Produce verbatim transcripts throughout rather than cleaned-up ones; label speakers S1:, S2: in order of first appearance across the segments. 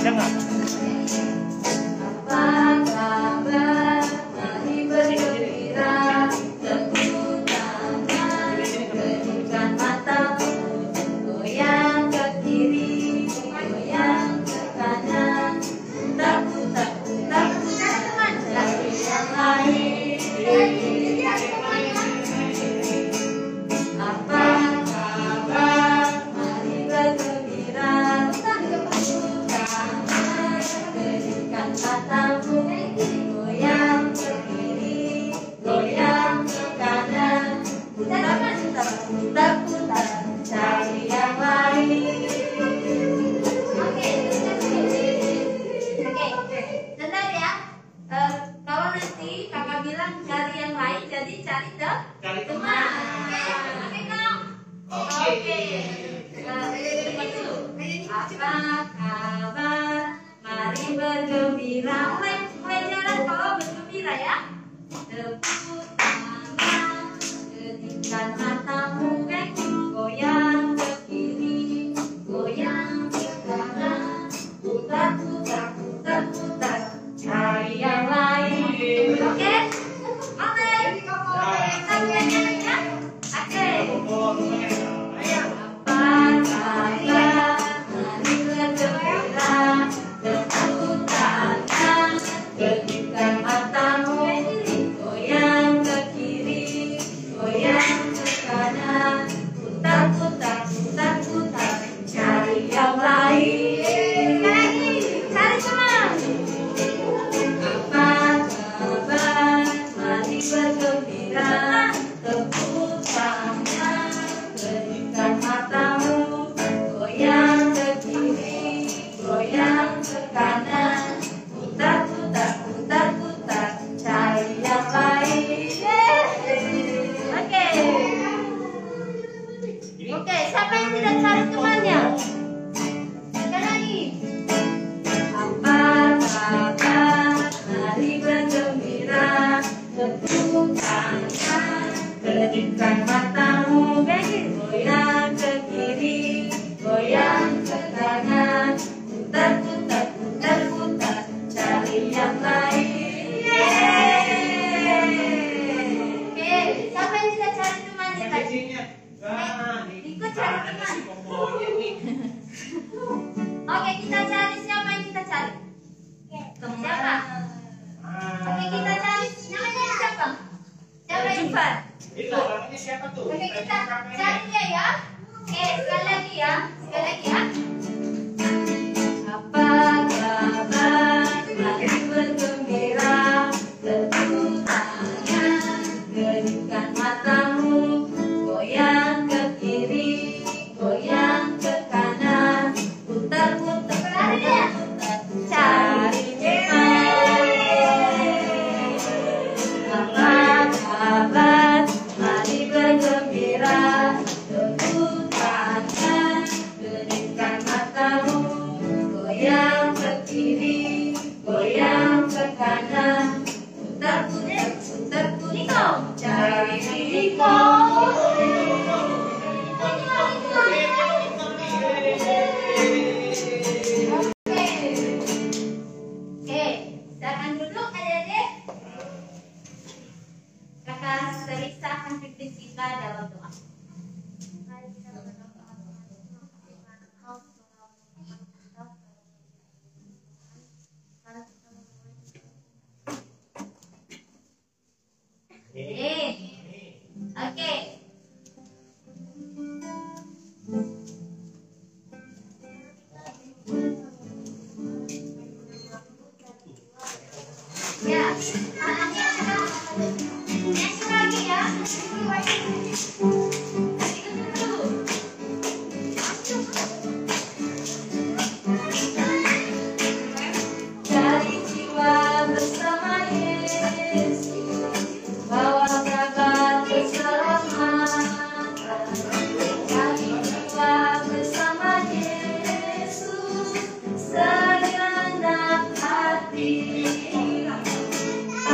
S1: Ada nggak?
S2: Apa kabar? Mari bergembira, tepuk tangan, kedipkan matamu, goyang ke kiri, goyang ke kanan, putar-putar, putar-putar, cari yang lain. Apa kabar? Mari bergembira, tepuk tangan, kedipkan matamu, goyang ke kiri, goyang ke kanan, putar-putar, putar-putar, cari yang lain. Oke, oke, benar ya. Eh, kalau nanti kakak bilang cari yang lain, jadi cari te-
S1: Cari
S2: teman. Oke, kak? Oke. Eh, coba dulu. Apa kabar? Mari bergembira. Mulai, mulai jalan kalau bergembira ya. Tepuk tangan, kedipkan matamu, goyang ke kiri, goyang ke kanan, putar-putar, putar-putar, cari yang lain. Oke? Oke? Oke, ya? Oke. Apa kabar? Mari bergembira, tepuk tangan, kedipkan matamu, goyang ke kiri, goyang ke kanan, putar-putar, putar-putar, cari yang lain. Lagi, cari teman. Apa kabar? Mari bergembira, tepuk tangan, kedipkan matamu, goyang ke kiri, goyang ke kanan, putar-putar, putar-putar, cari yang lain. Oke. Oke, siapa yang tidak cari temannya? Sekali lagi. Apa kabar? Mari bergembira, tepuk tangan, kedipkan matamu, goyang ke kiri, goyang ke kanan, putar-putar, putar-putar, cari yang lain. Oke, siapa yang tidak cari temannya tadi? Ikut cari teman. Oke, kita cari siapa yang kita cari? Siapa? Oke, kita cari namanya siapa? Siapa yang Jufar?
S1: Itu namanya siapa tuh?
S2: Oke, kita cari dia ya. Oke, sekali lagi ya. Sekali lagi ya. Apa kabar? Mari bergembira, tepuk tangan, kedipkan matamu, goyang ke kiri, goyang ke kanan, putar-putar, putar-putar, cari teman. Apa kabar? Mari bergembira, tepuk tangan, kedipkan matamu, goyang ke kiri, goyang ke kanan, putar-putar, putar-putar, cari Niko. Oke, oke, silakan duduk adik-adik. Kakak Teresa akan pimpin kita dalam doa. Eh, oke. Ya, tangannya nyanyi lagi ya. Cari jiwa bersama Yesus, bawa kabar keselamatan. Cari jiwa bersama Yesus, segenap hati.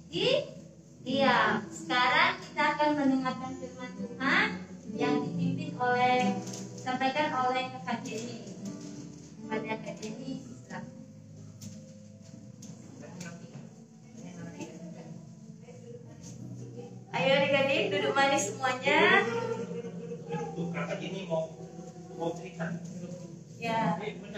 S2: di diam. Sekarang kita akan mendengarkan firman Tuhan yang dipimpin oleh disampaikan oleh Kak Jenny. Pada Kak Jenny, silakan. Ayo adik-adik duduk manis semuanya.
S1: Kakak ini mau mau cerita.
S2: Ya.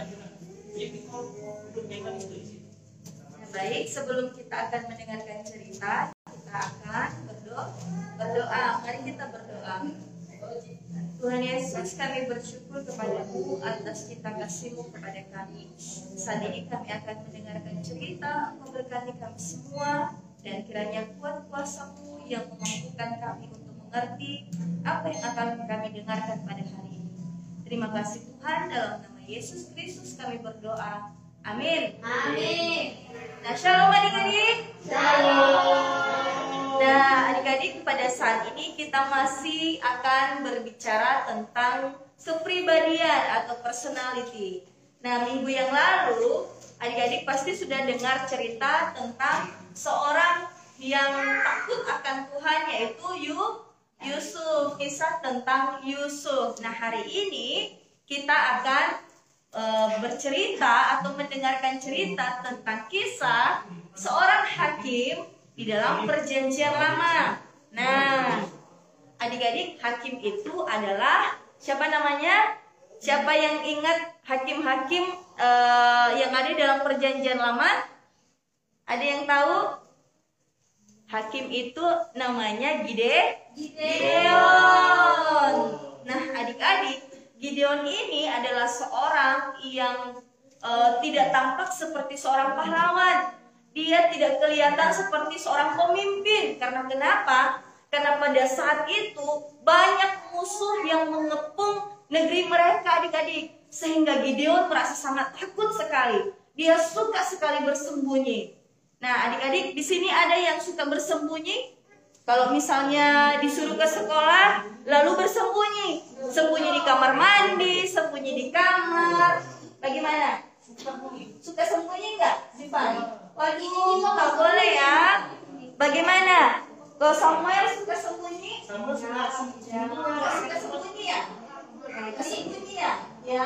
S1: Ya,
S2: baik, sebelum kita akan mendengarkan cerita, kita akan berdoa. Berdoa. Mari kita berdoa. Tuhan Yesus, kami bersyukur kepada-Mu atas cinta kasih-Mu kepada kami. Saat ini kami akan mendengarkan cerita, memberkati kami semua, dan kiranya kuat kuasa-Mu yang memampukan kami untuk mengerti apa yang akan kami dengarkan pada hari ini. Terima kasih Tuhan, dalam nama Yesus Kristus kami berdoa. Amin. Amin. Nah, shalom adik-adik. Shalom. Nah, adik-adik, pada saat ini kita masih akan berbicara tentang kepribadian atau personality. Nah, minggu yang lalu adik-adik pasti sudah dengar cerita tentang seorang yang takut akan Tuhan, yaitu Yusuf. Kisah tentang Yusuf. Nah, hari ini kita akan e, bercerita atau mendengarkan cerita tentang kisah seorang hakim di dalam perjanjian lama. Nah, adik-adik, hakim itu adalah siapa namanya? Siapa yang ingat hakim-hakim e, yang ada dalam perjanjian lama? Ada yang tahu? Hakim itu namanya Gide Gideon. Nah, adik-adik, Gideon ini adalah seorang yang e, tidak tampak seperti seorang pahlawan. Dia tidak kelihatan seperti seorang pemimpin. Karena kenapa? Karena pada saat itu banyak musuh yang mengepung negeri mereka, adik-adik. Sehingga Gideon merasa sangat takut sekali. Dia suka sekali bersembunyi. Nah, adik-adik, di sini ada yang suka bersembunyi. Kalau misalnya disuruh ke sekolah, lalu bersembunyi. Sembunyi di kamar mandi, sembunyi di kamar. Bagaimana? Suka sembunyi nggak, Zivan? Waduh, nggak boleh ya. Bagaimana? Kalau Samuel suka sembunyi? Samuel suka sembunyi ya? Sembunyi ya? Ya,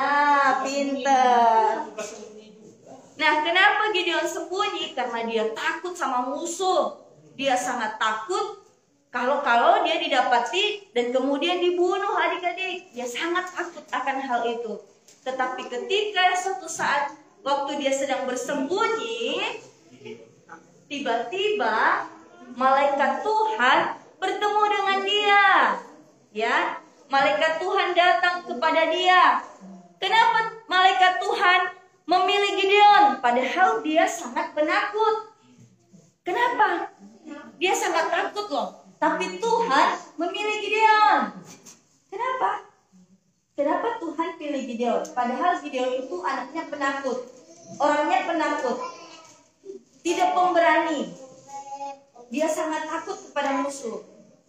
S2: pinter. Nah, kenapa Gideon sembunyi? Karena dia takut sama musuh. Dia sangat takut kalau-kalau dia didapati dan kemudian dibunuh, adik-adik. Dia sangat takut akan hal itu. Tetapi ketika suatu saat waktu dia sedang bersembunyi, tiba-tiba malaikat Tuhan bertemu dengan dia. Ya, malaikat Tuhan datang kepada dia. Kenapa malaikat Tuhan memilih Gideon? Padahal dia sangat penakut. Kenapa? Dia sangat takut loh. Tapi Tuhan memilih Gideon. Kenapa? Kenapa Tuhan pilih Gideon? Padahal Gideon itu anaknya penakut. Orangnya penakut. Tidak pemberani. Dia sangat takut kepada musuh.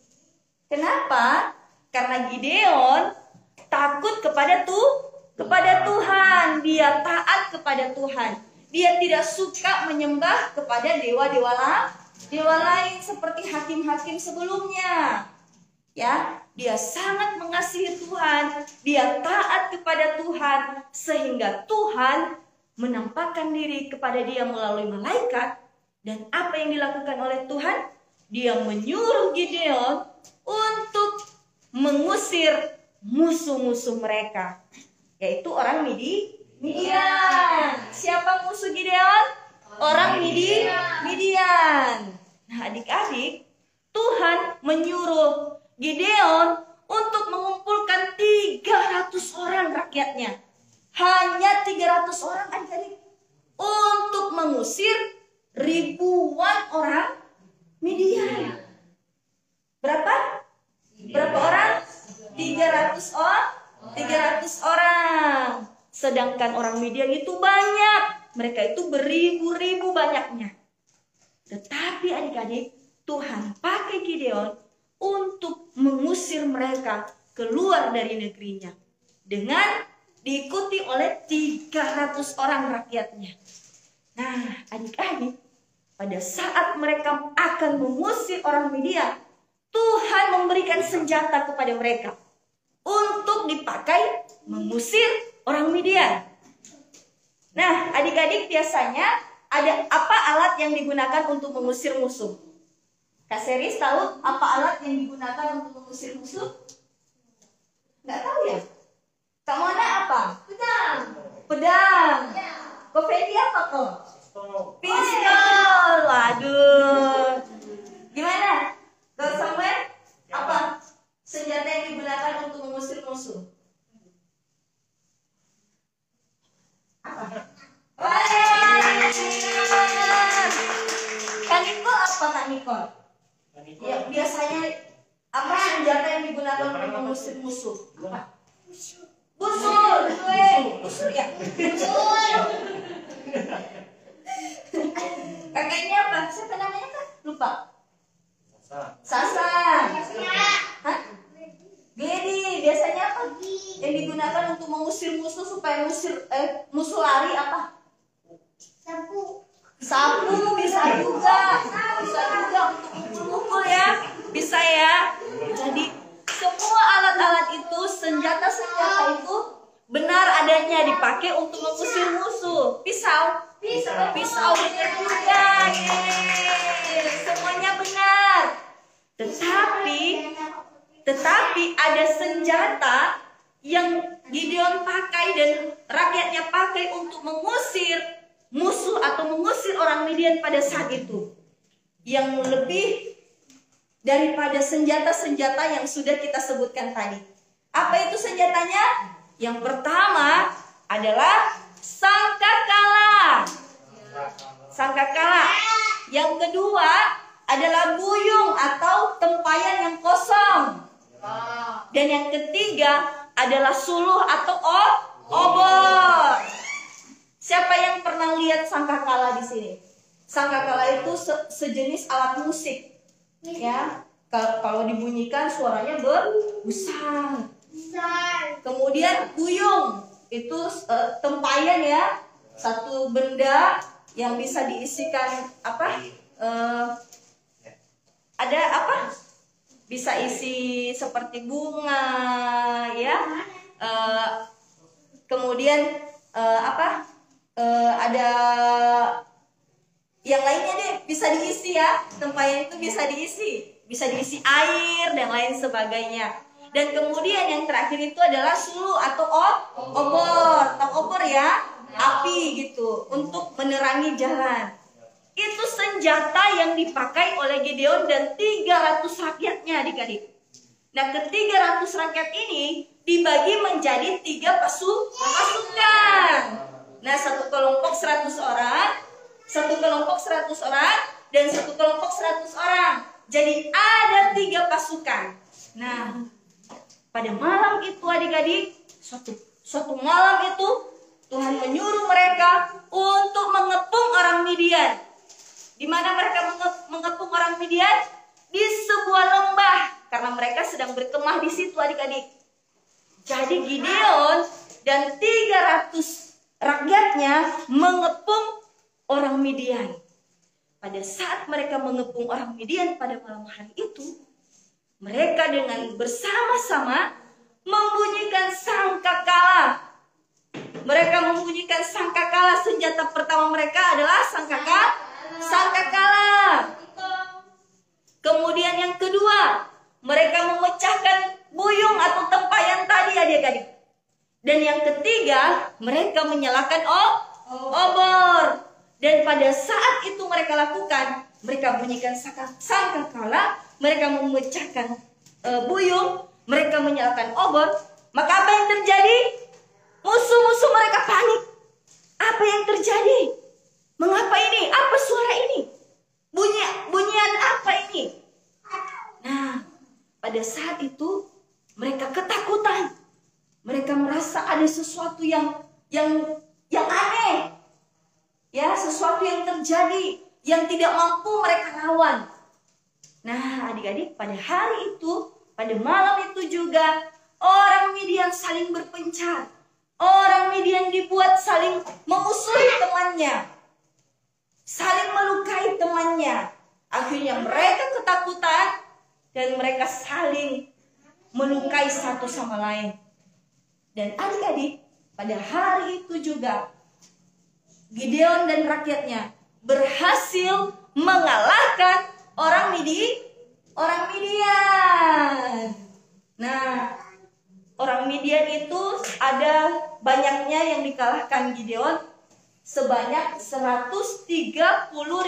S2: Kenapa? Karena Gideon takut kepada Tuhan. Kepada Tuhan, dia taat kepada Tuhan. Dia tidak suka menyembah kepada dewa-dewa lain, dewa lain seperti hakim-hakim sebelumnya. Ya, dia sangat mengasihi Tuhan, dia taat kepada Tuhan sehingga Tuhan menampakkan diri kepada dia melalui malaikat. Dan apa yang dilakukan oleh Tuhan? Dia menyuruh Gideon untuk mengusir musuh-musuh mereka, yaitu orang Midi, Midian. Siapa musuh Gideon? Orang Midi, Midian. Nah, adik-adik, Tuhan menyuruh Gideon untuk mengumpulkan tiga ratus orang rakyatnya. Hanya tiga ratus orang, adik-adik, untuk mengusir ribuan orang Midian. Berapa? Berapa orang? tiga ratus orang. tiga ratus orang. Sedangkan orang Midian itu banyak. Mereka itu beribu-ribu banyaknya. Tetapi adik-adik, Tuhan pakai Gideon untuk mengusir mereka keluar dari negerinya. Dengan diikuti oleh tiga ratus orang rakyatnya. Nah, adik-adik, pada saat mereka akan mengusir orang Midian, Tuhan memberikan senjata kepada mereka untuk dipakai mengusir orang Midian. Nah, adik-adik, biasanya ada apa alat yang digunakan untuk mengusir musuh? Kak Seris tahu apa alat yang digunakan untuk mengusir musuh? Nggak tahu ya? Kak Mona apa? Pedang. Pedang. Kok Fendi apa kok? Pistol. Waduh. Gimana? Kak Samuel apa senjata yang digunakan untuk mengusir musuh? Apa? Kak Nicole apa Kak Nicole? Ya, biasanya apa senjata yang digunakan untuk mengusir musuh? Apa? Busur. Busur ya? Busur. Kakaknya apa? Siapa namanya Kak? Lupa. Sasa. Hah? Gedi. Biasanya apa? Yang digunakan untuk mengusir musuh supaya musir, eh, musuh lari apa? Sapu. Sapu bisa juga. Bisa juga untuk mukul-mukul ya. Bisa ya. Jadi semua alat-alat itu, senjata-senjata itu benar adanya dipakai untuk mengusir musuh. Pisau. Pisau. Pisau benar juga. Yeay. Semuanya benar. Tetapi tetapi ada senjata yang Gideon pakai dan rakyatnya pakai untuk mengusir musuh atau mengusir orang Midian pada saat itu, yang lebih daripada senjata-senjata yang sudah kita sebutkan tadi. Apa itu senjatanya? Yang pertama adalah sangkakala. Sangkakala. Yang kedua adalah buyung atau tempayan yang kosong. Dan yang ketiga adalah suluh atau obor. Siapa yang pernah lihat sangkakala di sini? Sangkakala itu se sejenis alat musik, ya. Kalau dibunyikan suaranya berbesar. Kemudian buyung itu uh, tempayan ya, satu benda yang bisa diisikan apa? Uh, ada apa? Bisa isi seperti bunga, ya. Uh, kemudian uh, apa? Uh, ada yang lainnya deh, bisa diisi ya. Tempayan itu bisa diisi, bisa diisi air dan lain sebagainya. Dan kemudian yang terakhir itu adalah suluh atau obor. Tahu obor ya? Api gitu, untuk menerangi jalan. Itu senjata yang dipakai oleh Gideon dan tiga ratus rakyatnya, adik-adik. Nah, ke tiga ratus rakyat ini dibagi menjadi tiga pasu pasukan. Nah, satu kelompok seratus orang, satu kelompok seratus orang, dan satu kelompok seratus orang. Jadi ada tiga pasukan. Nah, pada malam itu adik-adik, suatu, suatu malam itu Tuhan menyuruh mereka untuk mengepung orang Midian. Di mana mereka mengepung orang Midian? Di sebuah lembah, karena mereka sedang berkemah di situ, adik-adik. Jadi Gideon dan tiga ratus rakyatnya mengepung orang Midian. Pada saat mereka mengepung orang Midian pada malam hari itu, mereka dengan bersama-sama membunyikan sangkakala. Mereka membunyikan sangkakala. Senjata pertama mereka adalah sangkakala. Sangkakala. Kemudian yang kedua, mereka memecahkan buyung atau tempayan tadi, adik-adik. Dan yang ketiga, mereka menyalakan oh, obor. Dan pada saat itu mereka lakukan, mereka bunyikan sangkakala, mereka memecahkan e, buyung, mereka menyalakan obor. Maka apa yang terjadi? Musuh-musuh mereka panik. Apa yang terjadi? Mengapa ini? Apa suara ini? Bunyi, bunyian apa ini? Nah, pada saat itu mereka ketakutan. Mereka merasa ada sesuatu yang yang yang aneh. Ya, sesuatu yang terjadi yang tidak mampu mereka lawan. Nah, adik-adik, pada hari itu, pada malam itu juga orang Midian saling berpencar. Orang Midian dibuat saling memusuhi temannya. saling melukai temannya. Akhirnya mereka ketakutan dan mereka saling melukai satu sama lain. Dan adik-adik, pada hari itu juga Gideon dan rakyatnya berhasil mengalahkan orang Midi, orang Midian. Nah, orang Midian itu ada banyaknya yang dikalahkan Gideon, sebanyak seratus tiga puluh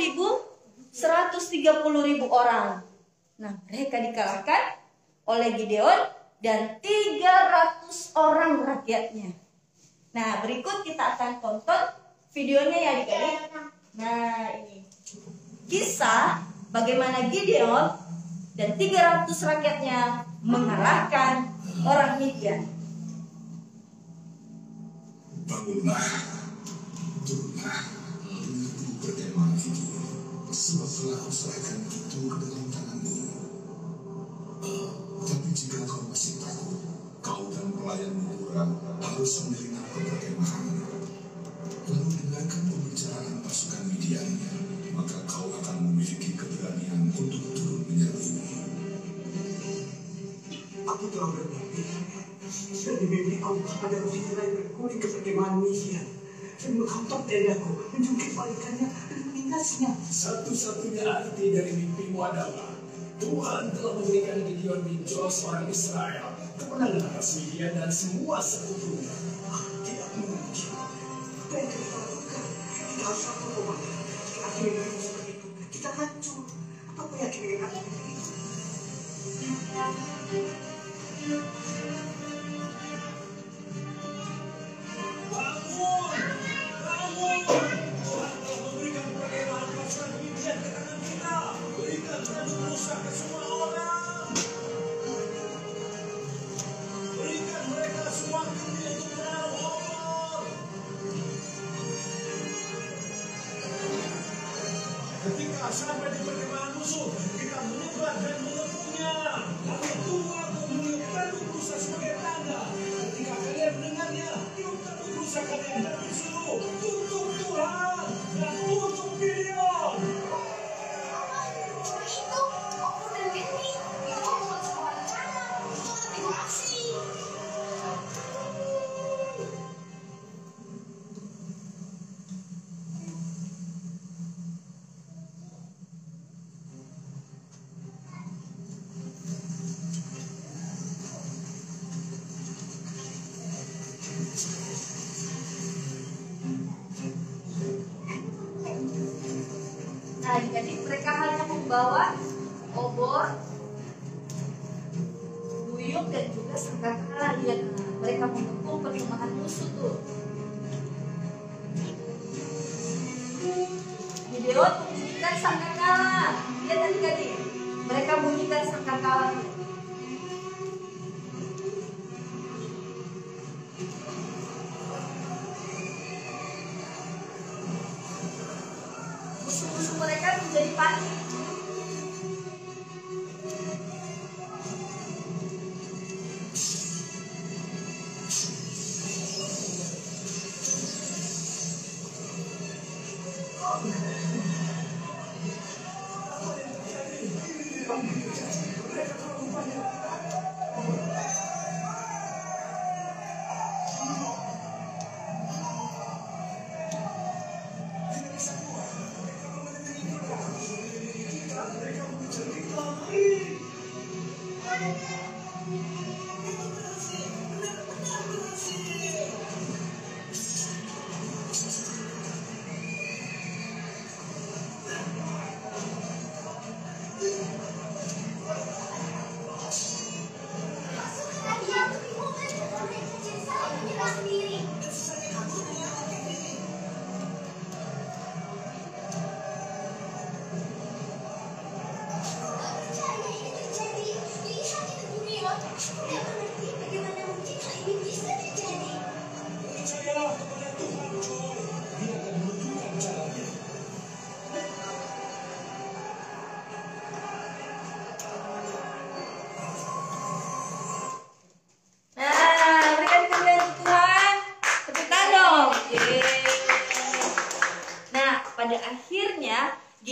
S2: ribu orang. Nah, mereka dikalahkan oleh Gideon dan tiga ratus orang rakyatnya. Nah, berikut kita akan tonton videonya ya adik-adik. Nah, ini kisah bagaimana Gideon dan tiga ratus rakyatnya mengalahkan orang Midian.
S3: Bangunlah, turunlah, dengarku perkemahan itu, sebab telah kuserahkan itu ke dalam tanganmu. Uh, tapi jika kau masih takut, kau dan pelayanmu kurang harus menerima perkemahan. Lalu dengarkan pembicaraan pasukan Midian, maka kau akan memiliki keberanian untuk turun menyerbu.
S4: Aku telah bermimpi, dan di mimpi aku ada roh lain berguling ke perkemahan Midian dan menghantam tendaku, menjungkit balikannya dan menindasnya.
S3: Satu-satunya arti dari mimpimu adalah Tuhan telah memberikan Gideon bin Joash orang Israel kemenangan atas Midian dan semua sekutunya.
S4: Tidak mungkin. Apa yang kita lakukan? Kita harus takut kepada. Jika aku mimpi seperti itu, kita hancur. Apa aku yakin dengan aku mimpi itu?
S3: Bangun! Bangun! Tuhan telah memberikan perkemahan pasukan Midian ke tangan kita. Berikan dan merusak ke semua orang. Berikan mereka semua kemudi untuk menaruh obor. Ketika sampai di perkemahan musuh, kita menyebar dan mengepungnya. Lalu Tuhan memulihkan berusaha sebagai tanda. Ketika kalian mendengarnya, tiupkan berusaha kalian dan berseru untuk Tuhan dan untuk Gideon.
S2: Nah, jadi mereka hanya membawa obor, buyuk dan juga sangkakala. Lihat, nah, mereka mengepung perkemahan musuh tuh. Gideon bunyikan sangkakala. Lihat adik-adik, mereka bunyikan sangkakala. Musuh-musuh mereka menjadi panik.
S3: Percayalah kepada Tuhan, Joy. Dia akan menunjukkan caranya.
S2: Nah, berikan kemuliaan Tuhan. Tepuk tangan dong. Yeay. Nah, pada akhirnya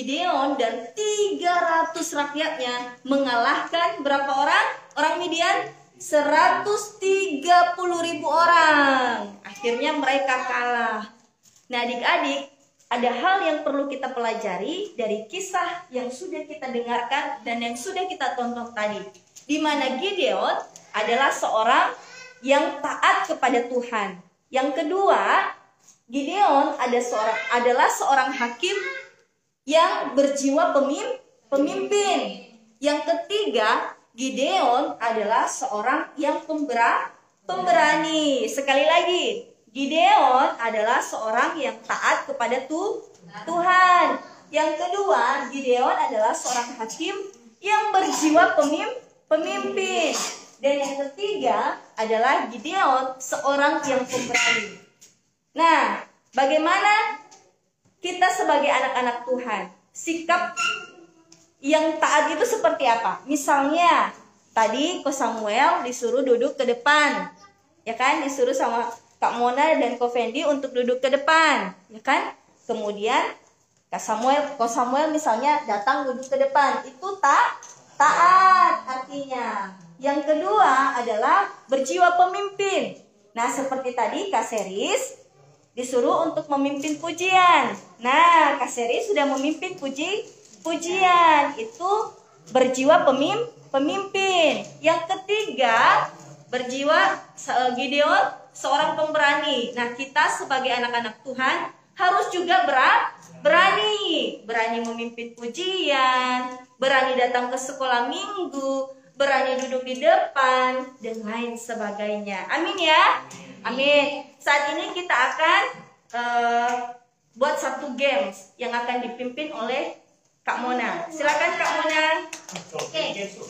S2: Gideon dan tiga ratus rakyatnya mengalahkan berapa orang? Orang Midian? seratus tiga puluh ribu orang. Akhirnya mereka kalah. Nah adik-adik, ada hal yang perlu kita pelajari dari kisah yang sudah kita dengarkan dan yang sudah kita tonton tadi. Di mana Gideon adalah seorang yang taat kepada Tuhan. Yang kedua, Gideon ada seorang, adalah seorang hakim yang berjiwa pemim, pemimpin. Yang ketiga, Gideon adalah seorang yang pembera, pemberani. Sekali lagi, Gideon adalah seorang yang taat kepada tu, Tuhan. Yang kedua, Gideon adalah seorang hakim yang berjiwa pemim, pemimpin. Dan yang ketiga adalah Gideon seorang yang pemberani. Nah, bagaimana kita sebagai anak-anak Tuhan? Sikap yang taat itu seperti apa? Misalnya, tadi Ko Samuel disuruh duduk ke depan. Ya kan? Disuruh sama Kak Mona dan Ko Fendi untuk duduk ke depan. Ya kan? Kemudian Kak Samuel, Ko Samuel misalnya datang duduk ke depan. Itu tak taat artinya. Yang kedua adalah berjiwa pemimpin. Nah, seperti tadi Kak Seris disuruh untuk memimpin pujian. Nah, Kak Seris sudah memimpin puji pujian. Itu berjiwa pemim, pemimpin. Yang ketiga, berjiwa Gideon seorang pemberani. Nah, kita sebagai anak-anak Tuhan harus juga berat, berani. Berani memimpin pujian, berani datang ke sekolah minggu, berani duduk di depan, dan lain sebagainya. Amin ya. Amin. Saat ini kita akan uh, buat satu games yang akan dipimpin oleh Kak Mona. Silakan Kak Mona.
S5: Oke.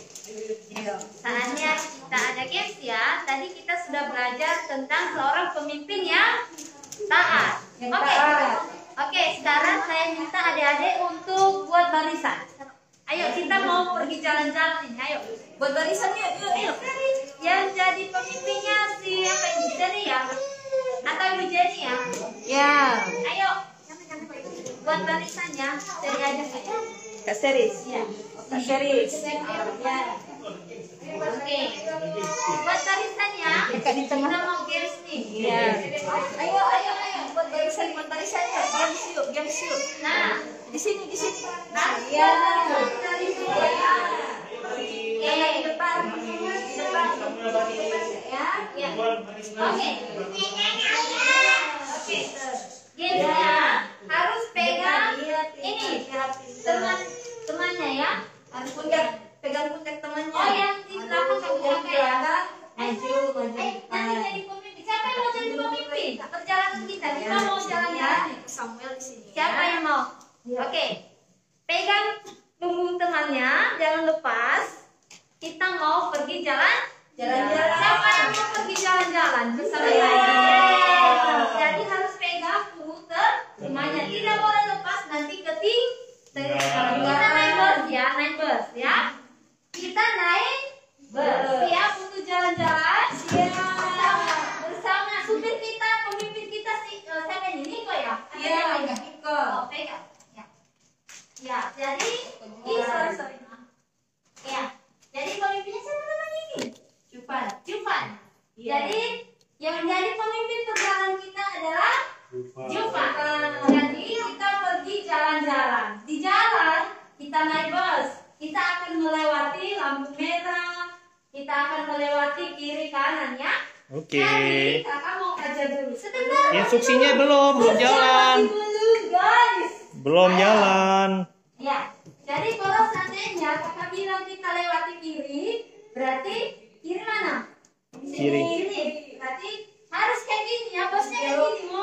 S5: Saatnya kita ada games ya. Tadi kita sudah belajar tentang seorang pemimpin yang taat. Oke. Oke, sekarang saya minta adik-adik untuk buat barisan. Ayo kita mau pergi jalan-jalan ini. Ayo.
S2: Buat barisan yuk, yuk, yuk.
S5: Yang jadi pemimpinnya siapa? Ibu Seri ya? Atau Ibu Jenny ya?
S2: Ya.
S5: Ayo. Buat barisannya dari aja saya.
S2: Kak Seris.
S5: Ya.
S2: Kak Seris.
S5: Ya. Oke. Buat barisannya.
S2: Kak di tengah.
S5: Kita mau games nih.
S2: Ya. Ayo, ayo, ayo. Buat barisan, buat barisan yuk. Games yuk, games yuk.
S5: Nah,
S2: Di sini, di sini.
S5: ya. Dari sini ya.
S2: Oke. Di depan. Di depan.
S5: Ya. Ya. Oke. Oke. Gamesnya harus pegang ini teman temannya ya.
S2: Harus pundak, pegang pundak temannya.
S5: Oh yang di belakang kamu
S2: Yang
S5: pakai ya.
S2: belakang. Maju, maju.
S5: Eh, nanti jadi pemimpin. Siapa yang mau jadi pemimpin? Perjalanan kita, kita mau jalan-jalan.
S2: Samuel di sini.
S5: Siapa yang mau? Oke. Pegang punggung temannya, jangan lepas. Kita mau pergi jalan.
S2: Jalan-jalan.
S5: Siapa yang mau pergi jalan-jalan bersama
S2: Saya.
S5: saya? Jadi harus pegang puter temannya. Tidak boleh lepas nanti keting. Kita naik bus ya, naik bus ya. Kita naik bus. Siap untuk jalan-jalan? Siap. Bersama supir kita, pemimpin kita si uh, siapa ini? Niko ya? Atau
S2: Iya,
S5: siapa ini?
S2: Kak Niko.
S5: Oh, pegang. Ya. Ya, jadi ini sorry, sorry. Ya. Jadi pemimpinnya siapa namanya ini?
S2: Cupan.
S5: Jupan.
S2: Iya.
S5: Jadi yang menjadi pemimpin perjalanan kita adalah Jupan. Jadi kita pergi jalan-jalan. Di jalan kita naik bus. Kita akan melewati lampu merah. Kita akan melewati kiri kanan ya.
S6: Oke.
S5: Jadi kakak mau ajar dulu. Sebentar.
S6: Instruksinya belum, belum jalan.
S5: Belum guys.
S6: Belum jalan.
S5: Ya. Jadi kalau seandainya kakak bilang kita lewati kiri, berarti kiri mana? Di sini.
S6: Kiri.
S5: Kiri. Berarti harus kayak gini ya, bosnya kayak gini. Oh.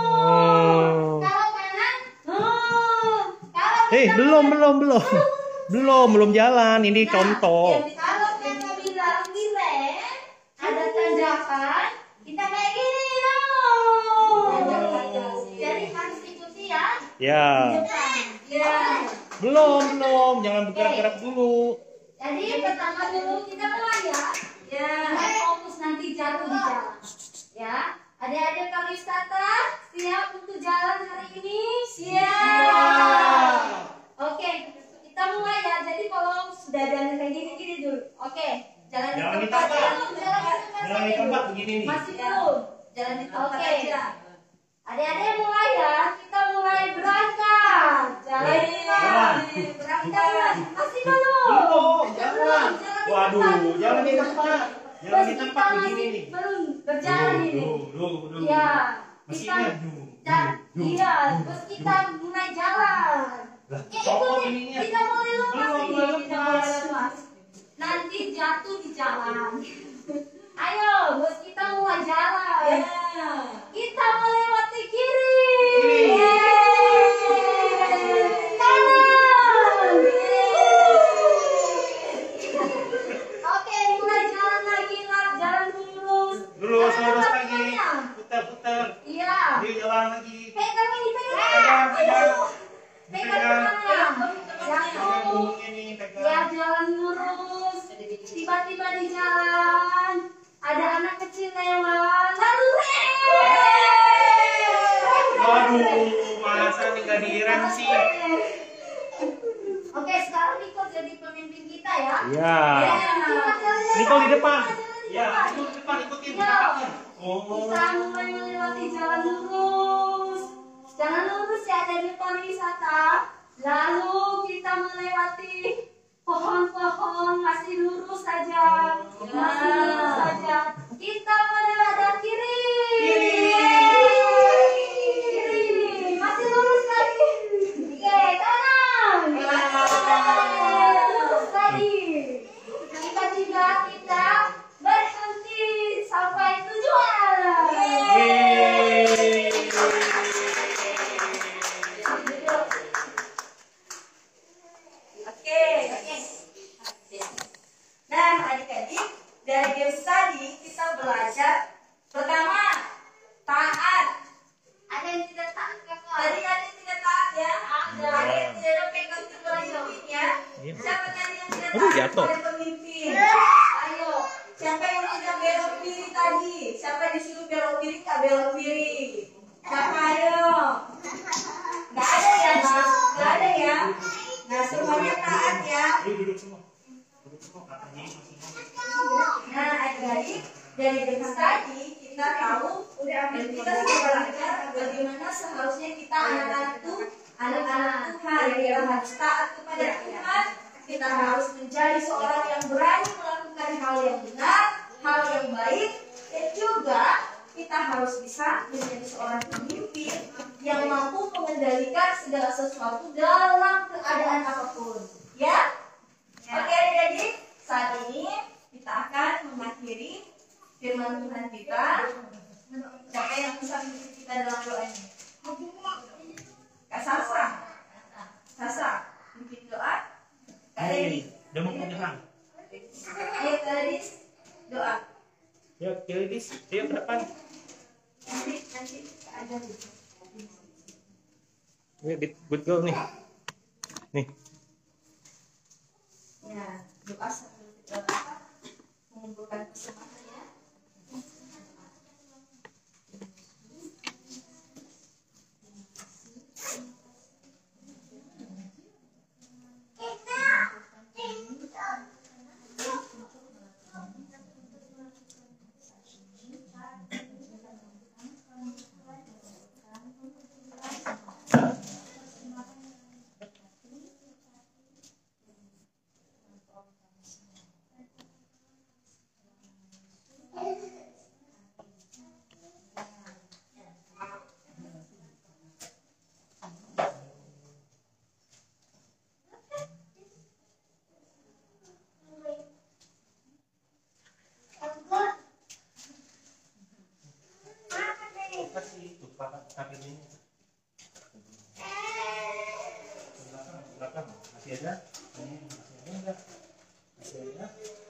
S6: Oh.
S5: Kalau kanan, oh. Kalau
S6: Eh,
S5: kita-
S6: belum, belum, belum. Belum, belum jalan. Ini
S5: Nah,
S6: contoh.
S5: Kalau kakak bilang di left, ada tanjakan, kita kayak gini loh. Jadi harus ikuti ya.
S6: Ya.
S5: Depan. Ya.
S6: Belum, belum. Jangan bergerak-gerak dulu.
S5: Jadi pertama dulu kita mulai ya. Ya. Kita fokus nanti jatuh di jalan. Ya. Adik-adik pariwisata siap untuk jalan hari ini? Siap. Oke, kita mulai ya. Jadi kalau sudah jalan kayak gini gini dulu. Oke, jalan di
S1: Jangan di
S5: tempat
S1: tempat.
S5: dulu. Jalan di tempat
S1: Jangan di
S5: dulu.
S1: tempat begini nih.
S5: Masih dulu. Jalan di tempat
S2: Oke.
S5: aja. Adik-adik mulai ya. Kita mulai berangkat. Jalan
S1: Oke.
S5: jalan.
S1: Jalan.
S5: Kita mulai. Masih dulu.
S1: Belum, jangan.
S5: Belum, jalan di
S1: Waduh,
S5: tempat.
S1: jangan di tempat. Jangan
S5: Terus
S1: di
S5: kita
S1: tempat begini
S5: masih
S1: nih.
S5: belum berjalan ini.
S1: Duh, duh, duh.
S5: Iya.
S1: Masih
S5: Kita
S1: ingat, duh,
S5: ja-
S1: duh, duh,
S5: iya,
S1: duh.
S5: terus kita mulai jalan.
S1: Lah,
S5: Ya,
S1: copot
S5: itu
S1: ininya.
S5: nih, tidak boleh lepas
S1: Belum
S5: ini,
S1: boleh
S5: tidak
S1: lepas.
S5: boleh lepas. Nanti jatuh di jalan. Ayo, bos kita mulai jalan.
S2: Ya.
S5: Kita melewati kiri.
S1: Kiri.
S5: Yeay. Kanan. Oke, mulai jalan lagi, Nat. Jalan lurus.
S1: Lurus,
S5: Jangan
S1: lurus
S5: lepas
S1: lagi.
S5: tangannya.
S1: Putar-putar.
S5: Iya.
S1: Dia jalan lagi.
S5: Pegang ini, pegang.
S1: Pegang, pegang.
S5: Pegang
S1: Pegang.
S5: tangannya.
S1: Pegang
S5: Jatuh.
S1: punggungnya nih, pegang.
S5: Ya, jalan lurus. Tiba-tiba di jalan ada anak kecil lewat. Lalu
S1: Waduh, masa nih gak direm sih?
S5: Oke, sekarang Niko jadi pemimpin kita ya.
S6: Ya.
S5: Ya, kita jalan-
S6: Niko di depan.
S5: kita jalan di
S1: Ya,
S5: depan.
S1: itu di depan ikutin
S5: Ya.
S1: belakangnya. Oh.
S5: Kita mulai melewati jalan lurus. Jalan lurus ya dari pariwisata. Lalu kita melewati pohon-pohon, masih lurus saja. Masih lurus saja. Kita melewati kiri. Kiri. Masih lurus lagi. Oke, kanan. Lurus lagi. Tiba-tiba kita berhenti sampai tujuan.
S1: Yeay.
S2: Oke. Nah, adik-adik, dari game tadi kita belajar pertama taat.
S5: Ada yang tidak taat kakak.
S2: Tadi ada yang tidak taat ya.
S5: Ada.
S2: Ada yang tidak pegang kedua pemimpinnya.
S6: Iya.
S2: Siapa tadi yang tidak
S6: Aduh,
S2: taat
S6: jatuh.
S2: kepada pemimpin? Ayo, siapa yang tidak belok kiri tadi? Siapa yang disuruh belok kiri nggak belok kiri? Siapa ayo? Nggak ada ya, Mas? Nggak ada ya. Nah, semuanya taat ya.
S1: Ayo duduk semua. Duduk semua katanya masih.
S2: Nah, adik-adik, dari game tadi kita tahu dan kita sudah belajar bagaimana seharusnya kita anak-anak itu anak-anak Tuhan yang harus taat kepada Tuhan. Kita harus menjadi seorang yang berani melakukan hal yang benar, hal yang baik, dan juga kita harus bisa menjadi seorang pemimpin yang mampu mengendalikan segala sesuatu dalam keadaan apapun. Ya? Oke adik-adik, saat ini kita akan mengakhiri firman Tuhan kita. Siapa yang bisa memimpin kita dalam doa ini? Kak Sasa. Sasa, pimpin doa. Kak Dedi.
S1: Udah mau pegang.
S2: Ayo Kak Dedi, doa.
S6: Yuk, Kildis. Ayo ke depan.
S2: Nanti, nanti Kak Ada.
S6: Ini good girl nih. Nih.
S2: Ya, doa sambil kita mengumpulkan kesemangat ya.
S1: Kasih itu pakai pakai ini. Belakang, belakang. Masih ada? Ini masih ada enggak? Masih ada?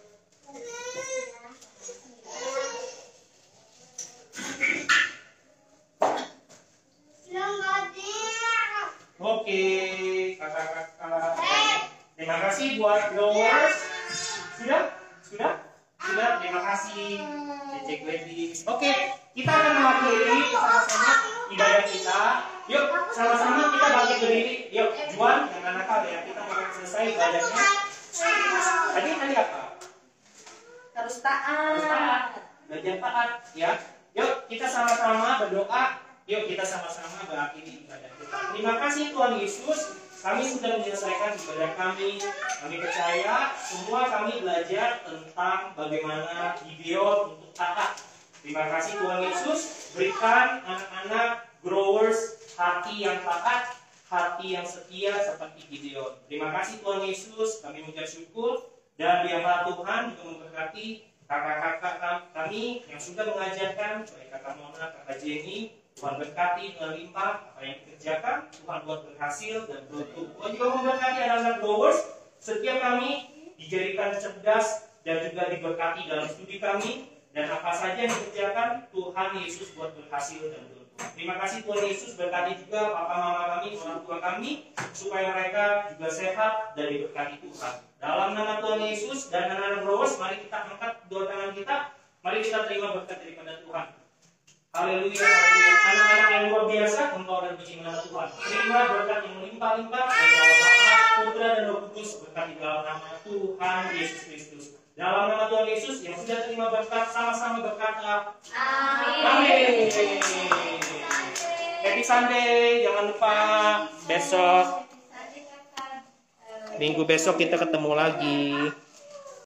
S1: Oke, kakak-kakak. Terima kasih buat viewers. Sudah? Sudah? Sudah, terima kasih. Cek lagi. Oke, kita akan mengakhiri sama-sama ibadah kita. Yuk, sama-sama kita bangkit berdiri. Yuk, Juan, jangan nakal ya. Kita mau selesai ibadahnya. Tadi tadi apa?
S2: Harus
S1: Harus
S2: taat.
S1: taat. Belajar taat, ya. Yuk, kita sama-sama berdoa. Yuk, kita sama-sama berakhiri ibadah kita. Terima kasih Tuhan Yesus. Kami sudah menyelesaikan ibadah kami. Kami percaya semua kami belajar tentang bagaimana Gideon untuk taat. Terima kasih Tuhan Yesus. Berikan anak-anak growers hati yang taat, hati yang setia seperti Gideon. Terima kasih Tuhan Yesus. Kami mengucap syukur dan biarlah Tuhan juga memberkati kakak-kakak kami yang sudah mengajarkan, baik kakak Mona, kakak Jenny. Tuhan berkati dengan limpah apa yang dikerjakan, Tuhan buat berhasil dan beruntung. Tuhan juga memberkati anak-anak growers. Setiap kami dijadikan cerdas dan juga diberkati dalam studi kami, dan apa saja yang dikerjakan Tuhan Yesus buat berhasil dan beruntung. Terima kasih Tuhan Yesus. Berkati juga papa mama kami, orang tua kami, supaya mereka juga sehat dan diberkati Tuhan. Dalam nama Tuhan Yesus dan anak-anak growers, mari kita angkat kedua tangan kita. Mari kita terima berkat daripada Tuhan. Haleluya, haleluya. Anak-anak yang luar biasa, engkau dan puji nama Tuhan. Terima berkat yang melimpah-limpah dari Allah Bapa, Putra dan Roh Kudus, berkat di dalam nama Tuhan Yesus Kristus. Dalam nama Tuhan Yesus yang sudah terima berkat, sama-sama berkata Amin. Happy Sunday, jangan lupa besok, minggu besok kita ketemu lagi.